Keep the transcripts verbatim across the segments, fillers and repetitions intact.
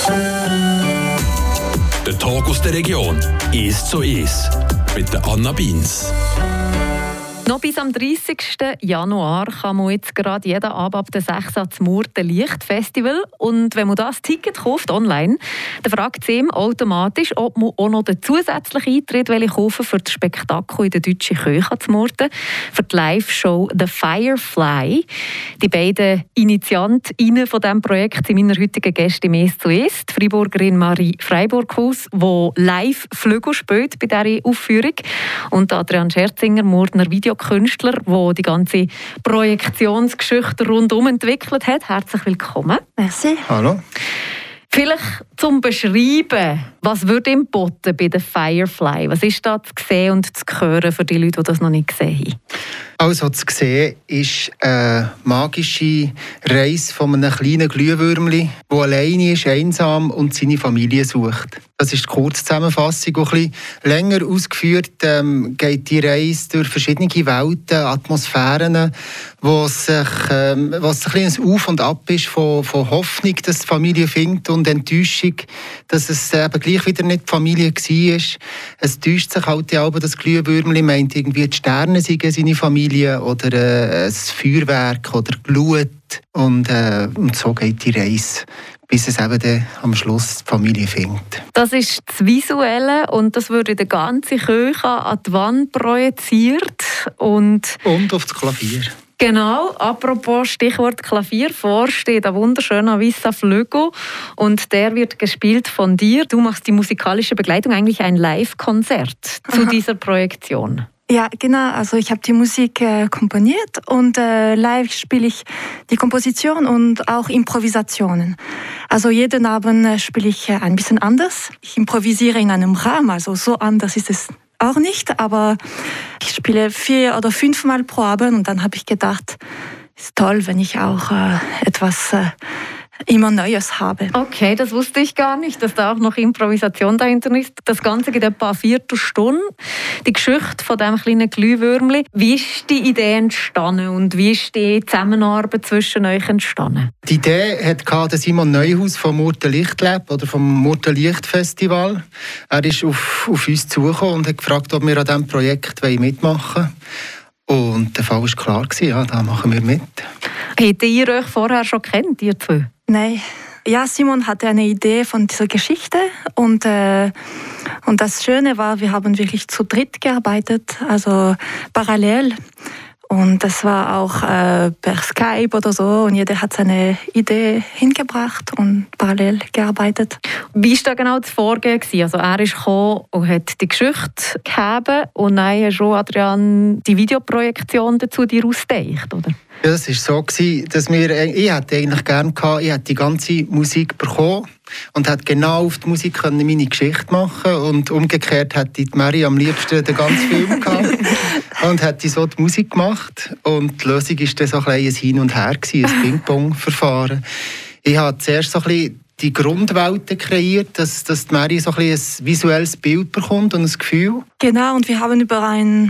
Der Talk aus der Region. «Es zu Es» mit der Anna Beins. Noch bis am dreißigsten Januar kann man jetzt gerade jeden Abend ab der sechs Uhr zum Murten Lichtfestival. Und wenn man das Ticket kauft online, dann fragt es ihm automatisch, ob man auch noch den zusätzlichen Eintritt kaufen will für das Spektakel in der deutschen Kirche zu Murten, für die Live-Show «The Firefly». Die beiden Initiantinnen von diesem Projekt sind meine heutigen Gäste im «Es zu Es», die Freiburgerin Marie Freiburghaus, die live Flügel spielt bei dieser Aufführung, und Adrian Scherzinger, Murtner Video Künstler, der die ganze Projektionsgeschichte rundum entwickelt hat. Herzlich willkommen. Merci. Hallo. Vielleicht zum Beschreiben, was wird im Botten bei der Firefly? Was ist da zu sehen und zu hören für die Leute, die das noch nicht gesehen haben? Also zu sehen ist eine magische Reise von einem kleinen Glühwürmchen, der alleine ist, einsam und seine Familie sucht. Das ist die Kurzzusammenfassung. Ein bisschen länger ausgeführt ähm, geht die Reise durch verschiedene Welten, Atmosphären, wo es sich, ähm, wo es ein bisschen ein Auf und Ab ist von, von Hoffnung, dass die Familie findet, und Enttäuschung, dass es eben gleich wieder nicht die Familie war. Es täuscht sich halt ja auch, das Glühwürmchen meint irgendwie, die Sterne seien seine Familie oder äh, ein Feuerwerk oder Glut. Und, äh, und so geht die Reise, bis es eben dann am Schluss die Familie findet. Das ist das Visuelle und das wird in der ganzen Kirche an die Wand projiziert. Und, und auf das Klavier. Genau, apropos Stichwort Klavier, vor steht ein wunderschöner weißer Flügel und der wird gespielt von dir. Du machst die musikalische Begleitung, eigentlich ein Live-Konzert zu dieser Projektion. Ja, genau. Also ich habe die Musik äh, komponiert und äh, live spiele ich die Komposition und auch Improvisationen. Also jeden Abend äh, spiele ich äh, ein bisschen anders. Ich improvisiere in einem Rahmen, also so anders ist es auch nicht, aber ich spiele vier oder fünfmal pro Abend und dann habe ich gedacht, ist toll, wenn ich auch äh, etwas äh, immer Neues habe. Okay, das wusste ich gar nicht, dass da auch noch Improvisation dahinter ist. Das Ganze geht etwa eine Viertelstunde. Die Geschichte von diesem kleinen Glühwürmchen. Wie ist die Idee entstanden und wie ist die Zusammenarbeit zwischen euch entstanden? Die Idee hatte Simon Neuhaus vom Murten Lichtlab oder vom Murten Lichtfestival. Er ist auf, auf uns zugekommen und hat gefragt, ob wir an diesem Projekt mitmachen wollen. Und der Fall war klar, ja, da machen wir mit. Hättet ihr euch vorher schon kennt, ihr zwei? Nein. Ja, Simon hatte eine Idee von dieser Geschichte und, äh, und das Schöne war, wir haben wirklich zu dritt gearbeitet, also parallel. Und das war auch äh, per Skype oder so und jeder hat seine Idee hingebracht und parallel gearbeitet. Wie war da genau das Vorgehen? Also er ist gekommen und hat die Geschichte gegeben und dann hast du, Adrian, die Videoprojektion dazu dir ausgedacht, oder? Ja, das war so, dass wir, ich hätte eigentlich gerne gehabt, ich hätte die ganze Musik bekommen und hätte genau auf die Musik meine Geschichte machen und umgekehrt hätte die Mary am liebsten den ganzen Film gehabt und hätte so die Musik gemacht und die Lösung war dann so ein, ein Hin und Her, ein Ping-Pong-Verfahren. Ich habe zuerst so ein bisschen die Grundwelten kreiert, dass, dass die Mary so ein, ein visuelles Bild bekommt und ein Gefühl. Genau, und wir haben über ein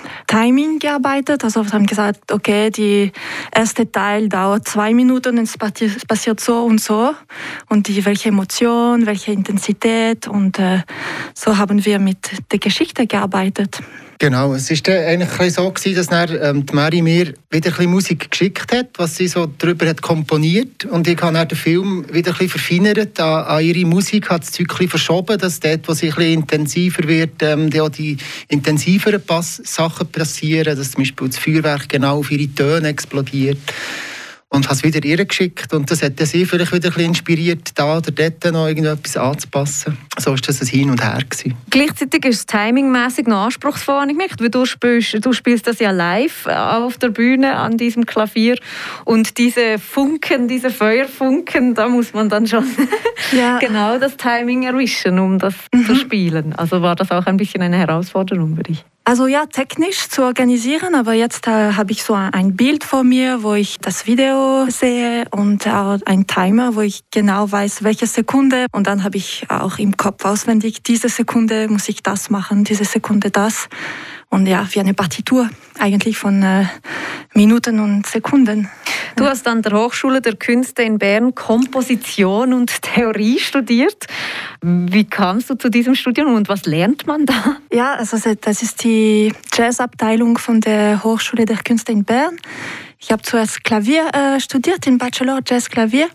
Timing gearbeitet. Also wir haben gesagt, okay, der erste Teil dauert zwei Minuten und es passiert so und so. Und die, welche Emotion, welche Intensität. Und äh, so haben wir mit der Geschichte gearbeitet. Genau, es war eigentlich so, dass dann, ähm, die Mary mir wieder ein bisschen Musik geschickt hat, was sie so darüber hat komponiert. Und ich habe dann den Film wieder ein bisschen verfeinert an, an ihre Musik, habe das Zeug ein bisschen verschoben, dass dort, wo sie ein bisschen intensiver wird, ähm, auch die intensiveren Pass- Sachen passieren, dass zum Beispiel das Feuerwerk genau auf ihre Töne explodiert. Und habe es wieder ihr geschickt und das hat sie vielleicht wieder ein bisschen inspiriert, da oder dort noch irgendetwas anzupassen. So war das ein Hin und Her gewesen. Gleichzeitig ist es timingmäßig noch anspruchsvoll, habe ich gemerkt, weil du spielst, du spielst das ja live auf der Bühne an diesem Klavier und diese Funken, diese Feuerfunken, da muss man dann schon ja. genau das Timing erwischen, um das mhm. zu spielen. Also war das auch ein bisschen eine Herausforderung für dich? Also ja, technisch zu organisieren, aber jetzt äh, habe ich so ein Bild vor mir, wo ich das Video sehe und auch ein Timer, wo ich genau weiß, welche Sekunde. Und dann habe ich auch im Kopf auswendig, diese Sekunde muss ich das machen, diese Sekunde das. Und ja, wie eine Partitur eigentlich von äh, Minuten und Sekunden. Du hast an der Hochschule der Künste in Bern Komposition und Theorie studiert. Wie kamst du zu diesem Studium und was lernt man da? Ja, also das ist die Jazzabteilung von der Hochschule der Künste in Bern. Ich habe zuerst Klavier äh, studiert, im Bachelor Jazz Klavier.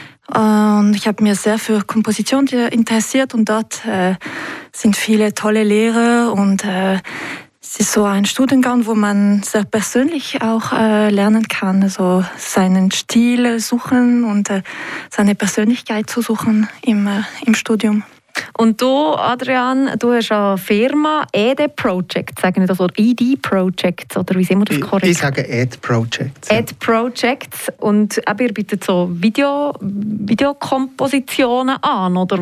Und ich habe mich sehr für Komposition interessiert und dort äh, sind viele tolle Lehrer und äh, es ist so ein Studiengang, wo man sehr persönlich auch äh, lernen kann, also seinen Stil suchen und äh, seine Persönlichkeit zu suchen im, äh, im Studium. Und du, Adrian, du hast eine Firma, E D Project, sagen wir das, oder E D Projects, oder wie sehen wir das korrekt? Ich, ich sage E D Projects. Ja. E D Projects, und eben, ihr bietet so Video, Videokompositionen an, oder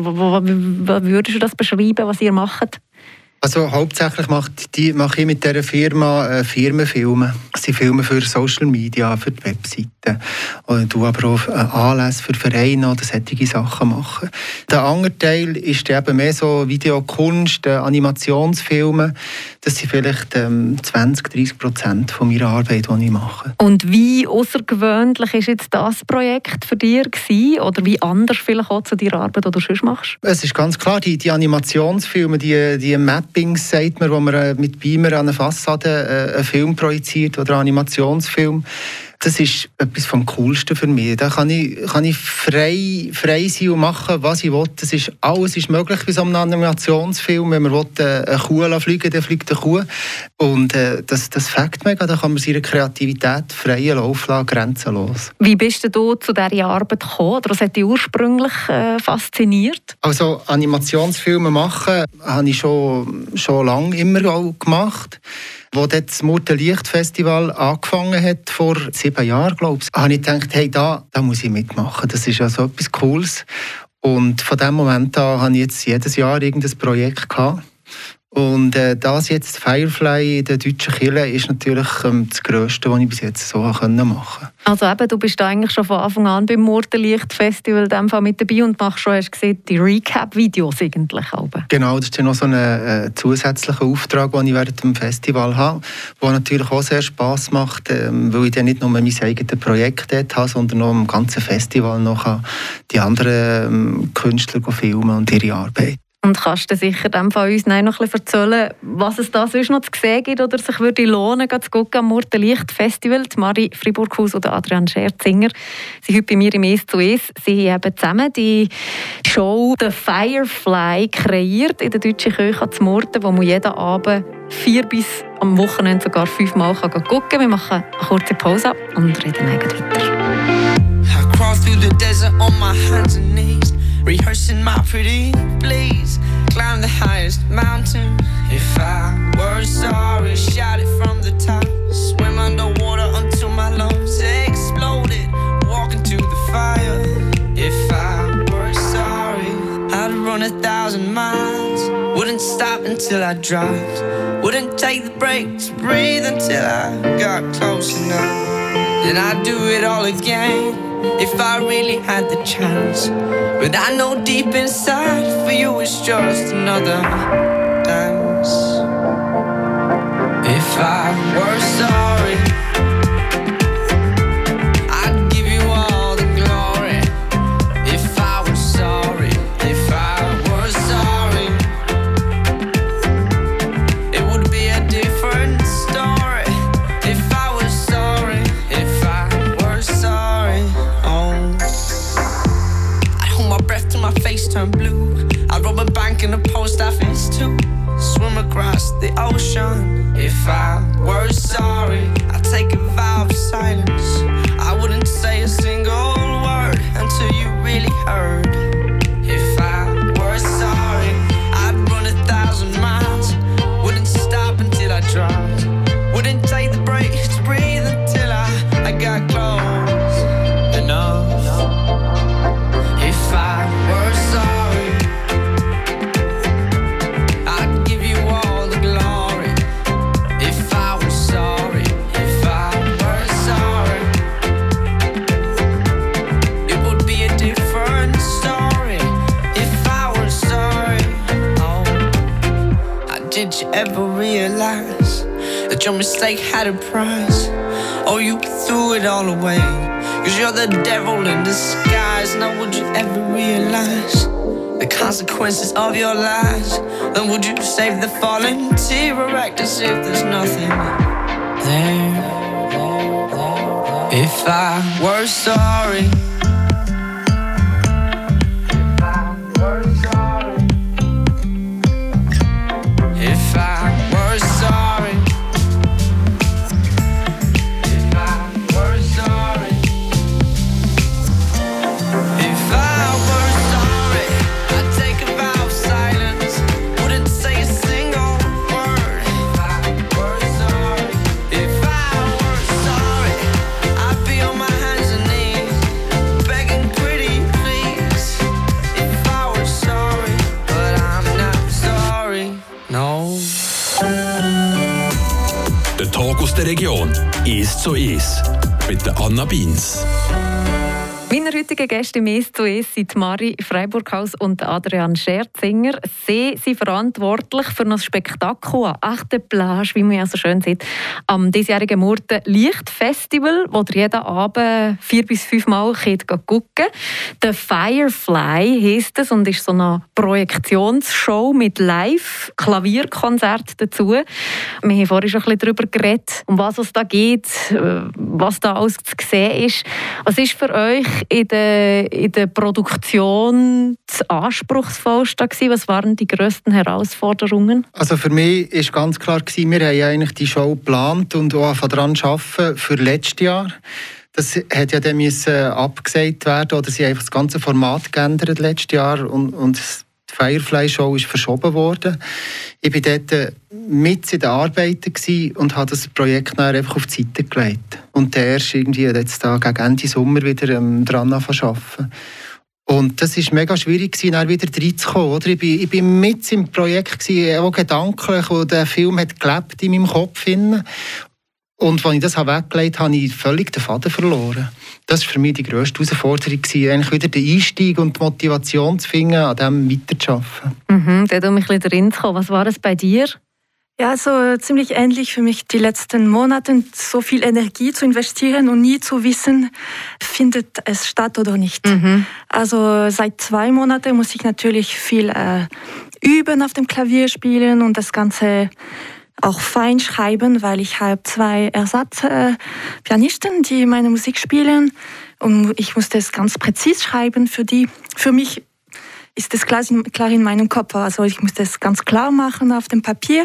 wie würdest du das beschreiben, was ihr macht? Also hauptsächlich macht die, mache ich mit dieser Firma äh, Firmenfilme. Sie filmen für Social Media, für die Webseiten. Und du aber auch äh, Anlässe für Vereine oder solche Sachen machen. Der andere Teil ist eben mehr so Videokunst, äh, Animationsfilme. Das sind vielleicht ähm, zwanzig bis dreißig Prozent von meiner Arbeit, die ich mache. Und wie außergewöhnlich war jetzt das Projekt für dich gewesen? Oder wie anders vielleicht auch zu deiner Arbeit, die du sonst machst? Es ist ganz klar, die, die Animationsfilme, die, die Mappings, sagt man, wo man mit Beamer an eine Fassade einen Film projiziert oder einen Animationsfilm. Das ist etwas vom Coolsten für mich. Da kann ich, kann ich frei, frei sein und machen, was ich will. Das ist, alles ist möglich bei so einem Animationsfilm. Wenn man will, eine Kuh fliegen, dann fliegt eine Kuh. Und äh, das, das fängt mega. Da kann man seine Kreativität freien Lauf lassen, grenzenlos. Wie bist du zu dieser Arbeit gekommen? Oder was hat dich ursprünglich äh, fasziniert? Also Animationsfilme machen habe ich schon, schon lange immer auch gemacht. Als das Murtenlicht-Festival angefangen hat, vor sieben Jahren, glaube ich, habe ich gedacht, hey, da, da muss ich mitmachen. Das ist ja so etwas Cooles. Und von diesem Moment an habe ich jetzt jedes Jahr irgendein Projekt gehabt. Und äh, das jetzt, Firefly in der deutschen Kirche, ist natürlich ähm, das Grösste, was ich bis jetzt so machen konnte. Also eben, du bist eigentlich schon von Anfang an beim Murtenlicht-Festival in dem Fall mit dabei und machst schon, hast du gesehen, die Recap-Videos eigentlich. Genau, das ist ja noch so ein äh, zusätzlicher Auftrag, den ich während dem Festival habe, der natürlich auch sehr Spass macht, äh, weil ich dann nicht nur mein eigenes Projekt dort habe, sondern auch im ganzen Festival noch die anderen äh, Künstler filmen und ihre Arbeit. Und kannst du sicher in dem Fall uns noch ein bisschen erzählen, was es da sonst noch zu sehen gibt oder sich würde lohnen, zu gucken am Murtenlicht-Festival. Die Marie Friburghaus und Adrian Scherzinger sind heute bei mir im «Es zu Es». Sie haben zusammen die Show «The Firefly» kreiert in der deutschen Kirche zu Murten, wo man jeden Abend vier bis am Wochenende sogar fünfmal gucken kann. Wir machen eine kurze Pause und reden dann weiter. I crawl through the desert on my hands and knees, rehearsing my pretty please. Climb the highest mountain. If I were sorry, shout it from the top. Swim underwater until my lungs exploded. Walk into the fire. If I were sorry, I'd run a thousand miles. Wouldn't stop until I dropped. Wouldn't take the break to breathe until I got close enough. Then I'd do it all again if I really had the chance. But I know deep inside for you it's just another dance. If I were sorry, I'd give you all the glory. If I were sorry, if I were sorry, it would be a different story. If I was sorry, if I were sorry, oh, I'd hold my breath till my face turned blue. I'd rob a bank in a post office too. Swim across the ocean. If I were sorry, I'd take a vow of silence. I wouldn't say a single word until you really heard. If I were sorry, I'd run a thousand miles. Wouldn't stop until I dropped. Wouldn't take the break to breathe until I, I got close enough. If I were sorry, I'd give you all the glory. If I was sorry, if I were sorry, it would be a different story. If I were sorry, oh, how did you ever realize that your mistake had a price. Oh, you threw it all away, cause you're the devil in disguise. Now would you ever realize the consequences of your lies? Then would you save the fallen tear or act as if there's nothing there? If I were sorry, if I were sorry, if I were sorry, if I were sorry, I'd take a vow of silence, wouldn't say a single word. If I were sorry, if I were sorry, I'd be on my hands and knees, begging pretty please. If I were sorry, but I'm not sorry, no. Der Talk aus der Region «Eis zu Eis» mit der Anna Beins. Meine heutigen Gäste im «Eis zu Eis» sind Marie Freiburghaus und Adrian Scherzinger. Sie sind verantwortlich für ein Spektakel an echter Plage, wie man ja so schön sieht, am diesjährigen Murten Lichtfestival, wo ihr jeden Abend vier bis fünf Mal gucken könnt. «The Firefly» heisst es und ist so eine Projektionsshow mit Live-Klavierkonzert dazu. Wir haben vorhin schon ein bisschen darüber geredet, um was es da geht, was da alles zu sehen ist. Was ist für euch in der, in der Produktion das Anspruchsvollste gewesen? Was waren die grössten Herausforderungen? Also für mich war ganz klar, wir haben eigentlich die Show geplant und auch daran arbeiten für letztes Jahr. Das hat ja dann müssen abgesagt werden oder sie haben einfach das ganze Format geändert letztes Jahr und, und die Firefly-Show ist verschoben worden. Ich war dort mit in den Arbeiten und habe das Projekt dann einfach auf die Seite gelegt. Und erst irgendwie jetzt da gegen Ende Sommer wieder ähm, dran arbeiten. Und das war mega schwierig, dann wieder reinzukommen. Oder? Ich war ich bin mit im Projekt, auch gedanklich, wo der Film hat gelebt in meinem Kopf. Und als ich das weggelegt habe, habe ich völlig den Faden verloren. Das war für mich die grösste Herausforderung, eigentlich wieder den Einstieg und die Motivation zu finden, an dem weiterzuarbeiten. Mhm, da um ein bisschen drin zu kommen. Was war es bei dir? Ja, also ziemlich ähnlich für mich die letzten Monate, so viel Energie zu investieren und nie zu wissen, findet es statt oder nicht. Mhm. Also seit zwei Monaten muss ich natürlich viel äh, üben auf dem Klavier spielen und das Ganze auch fein schreiben, weil ich habe zwei Ersatzpianisten, die meine Musik spielen und ich musste es ganz präzise schreiben für die. Für mich ist es klar in, klar in meinem Kopf, also ich musste es ganz klar machen auf dem Papier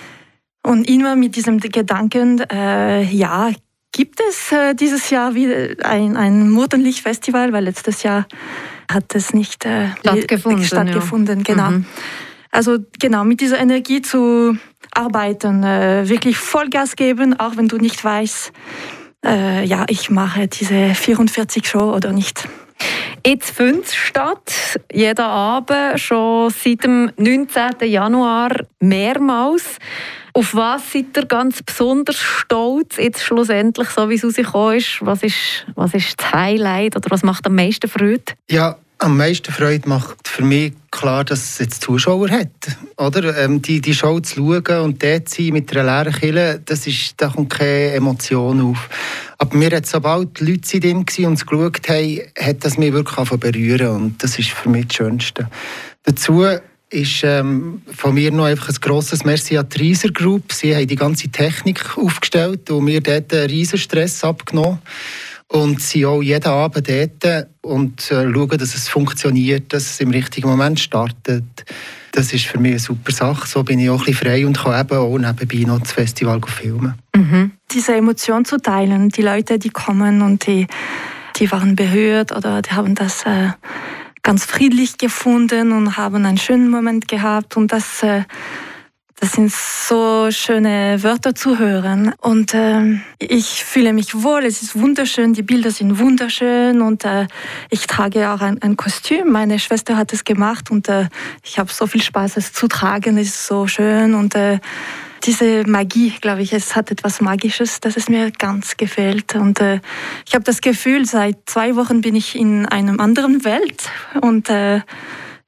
und immer mit diesem Gedanken, äh, ja, gibt es äh, dieses Jahr wieder ein, ein Murtenlichtfestival, weil letztes Jahr hat es nicht äh, stattgefunden. stattgefunden Ja. genau. Mhm. Also genau, mit dieser Energie zu arbeiten, äh, wirklich Vollgas geben, auch wenn du nicht weißt, äh, ja, ich mache diese vierundvierzig Show oder nicht. Jetzt findet es statt, jeden Abend, schon seit dem neunzehnten Januar mehrmals. Auf was seid ihr ganz besonders stolz, jetzt schlussendlich, so wie es rausgekommen ist? Was ist, was ist das Highlight oder was macht am meisten Freude? Ja, am meisten Freude macht für mich klar, dass es jetzt Zuschauer hat. Oder? Ähm, die, die Show zu schauen und dort zu sein mit einer leeren Kille, das ist, da kommt keine Emotion auf. Aber mir hat sobald die Leute drin waren und es geschaut haben, hat das mich wirklich berühren und das ist für mich das Schönste. Dazu ist ähm, von mir noch einfach ein grosses Merci an die Reiser Group. Sie haben die ganze Technik aufgestellt und mir dort einen riesen Stress abgenommen. Und sind auch jeden Abend dort und äh, schauen, dass es funktioniert, dass es im richtigen Moment startet. Das ist für mich eine super Sache. So bin ich auch ein bisschen frei und kann eben auch nebenbei noch das Festival filmen. Mhm. Diese Emotion zu teilen, die Leute, die kommen und die, die waren berührt oder die haben das äh, ganz friedlich gefunden und haben einen schönen Moment gehabt und das äh, Das sind so schöne Wörter zu hören und äh, ich fühle mich wohl, es ist wunderschön, die Bilder sind wunderschön und äh, ich trage auch ein, ein Kostüm, meine Schwester hat es gemacht und äh, ich habe so viel Spaß, es zu tragen, es ist so schön und äh, diese Magie, glaube ich, es hat etwas Magisches, das es mir ganz gefällt und äh, ich habe das Gefühl, seit zwei Wochen bin ich in einer anderen Welt und äh,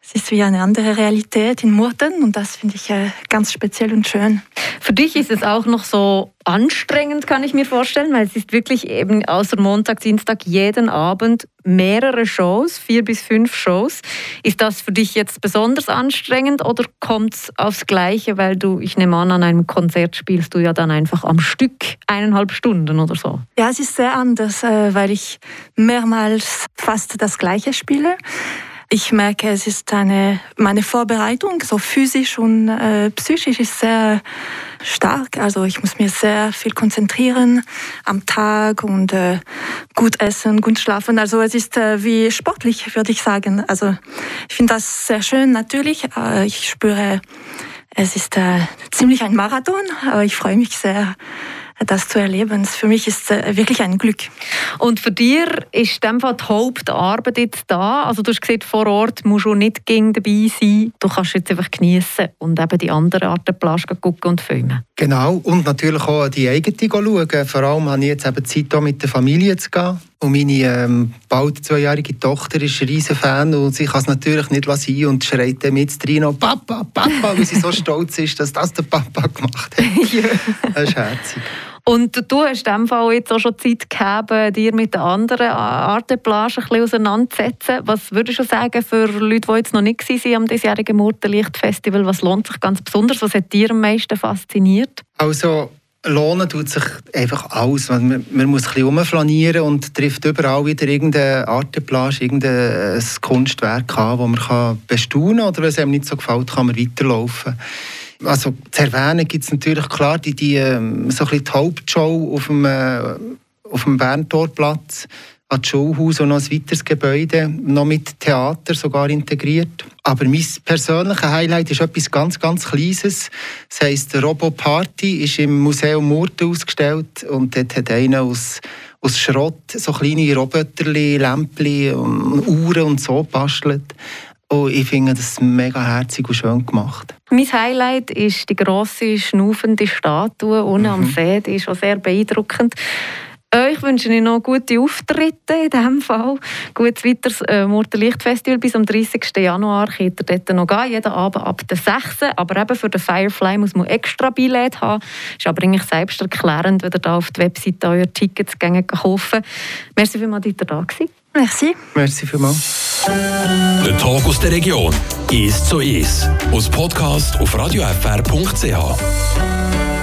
Es ist wie eine andere Realität in Murten und das finde ich äh, ganz speziell und schön. Für dich ist es auch noch so anstrengend, kann ich mir vorstellen, weil es ist wirklich eben außer Montag, Dienstag jeden Abend mehrere Shows, vier bis fünf Shows. Ist das für dich jetzt besonders anstrengend oder kommt es aufs Gleiche, weil du, ich nehme an, an einem Konzert spielst du ja dann einfach am Stück eineinhalb Stunden oder so? Ja, es ist sehr anders, äh, weil ich mehrmals fast das Gleiche spiele. Ich merke, es ist eine, meine Vorbereitung, so physisch und äh, psychisch, ist sehr stark. Also ich muss mir sehr viel konzentrieren am Tag und äh, gut essen, gut schlafen. Also es ist äh, wie sportlich, würde ich sagen. Also ich finde das sehr schön, natürlich. Äh, ich spüre, es ist äh, ziemlich ein Marathon, aber ich freue mich sehr, das zu erleben. Für mich ist es wirklich ein Glück. Und für dir ist in dem Fall die Hauptarbeit jetzt da? Also du hast gesagt, vor Ort musst du nicht gegen dabei sein. Du kannst jetzt einfach geniessen und eben die andere Art der Plage gucken und filmen. Genau, und natürlich auch die eigene schauen. Vor allem habe ich jetzt eben Zeit, hier mit der Familie zu gehen. Und meine ähm, bald zweijährige Tochter ist ein riesen Fan und sie kann es natürlich nicht lassen und schreit dann mit rein noch «Papa, Papa», weil sie so stolz ist, dass das der Papa gemacht hat. Ja. Das ist herzig. Und du hast in diesem Fall jetzt auch schon Zeit gehabt, dir mit den anderen Arteplagen ein bisschen auseinanderzusetzen. Was würdest du sagen für Leute, die jetzt noch nicht waren am diesjährigen Murtenlicht-Festival? Was lohnt sich ganz besonders? Was hat dir am meisten fasziniert? Also lohnen tut sich einfach alles. Man, man muss ein bisschen rumflanieren und trifft überall wieder irgendeine Arteplage, irgendein Kunstwerk an, das man kann bestaunen kann. Oder wenn es einem nicht so gefällt, kann man weiterlaufen. Also zu erwähnen gibt es natürlich klar die, die, so ein bisschen die Hauptshow auf dem, äh, auf dem Berntorplatz, an das Schulhaus und noch ein weiteres Gebäude, noch mit Theater sogar integriert. Aber mein persönliches Highlight ist etwas ganz, ganz Kleines. Das heisst, Robo Party ist im Museum Murten ausgestellt und dort hat einer aus, aus Schrott so kleine Roboterli, Lämpchen und Uhren und so gebastelt. Und ich finde das mega herzig und schön gemacht. Mein Highlight ist die grosse, schnaufende Statue unten mhm. am See. Die ist auch sehr beeindruckend. Euch wünsche ich noch gute Auftritte in diesem Fall. Gutes weiteres äh, Murtenlicht-Festival bis am dreißigsten Januar könnt ihr dort noch gehen, jeden Abend ab der sechs. Aber eben für den Firefly muss man extra Billett haben. Ist aber eigentlich selbsterklärend, wenn ihr da auf die Webseite eure Tickets kaufen. Merci vielmals, dass ihr da gewesen. Merci. Merci vielmals. Der Tag aus der Region. eins zu eins. Aus Podcast auf radio f r punkt c h.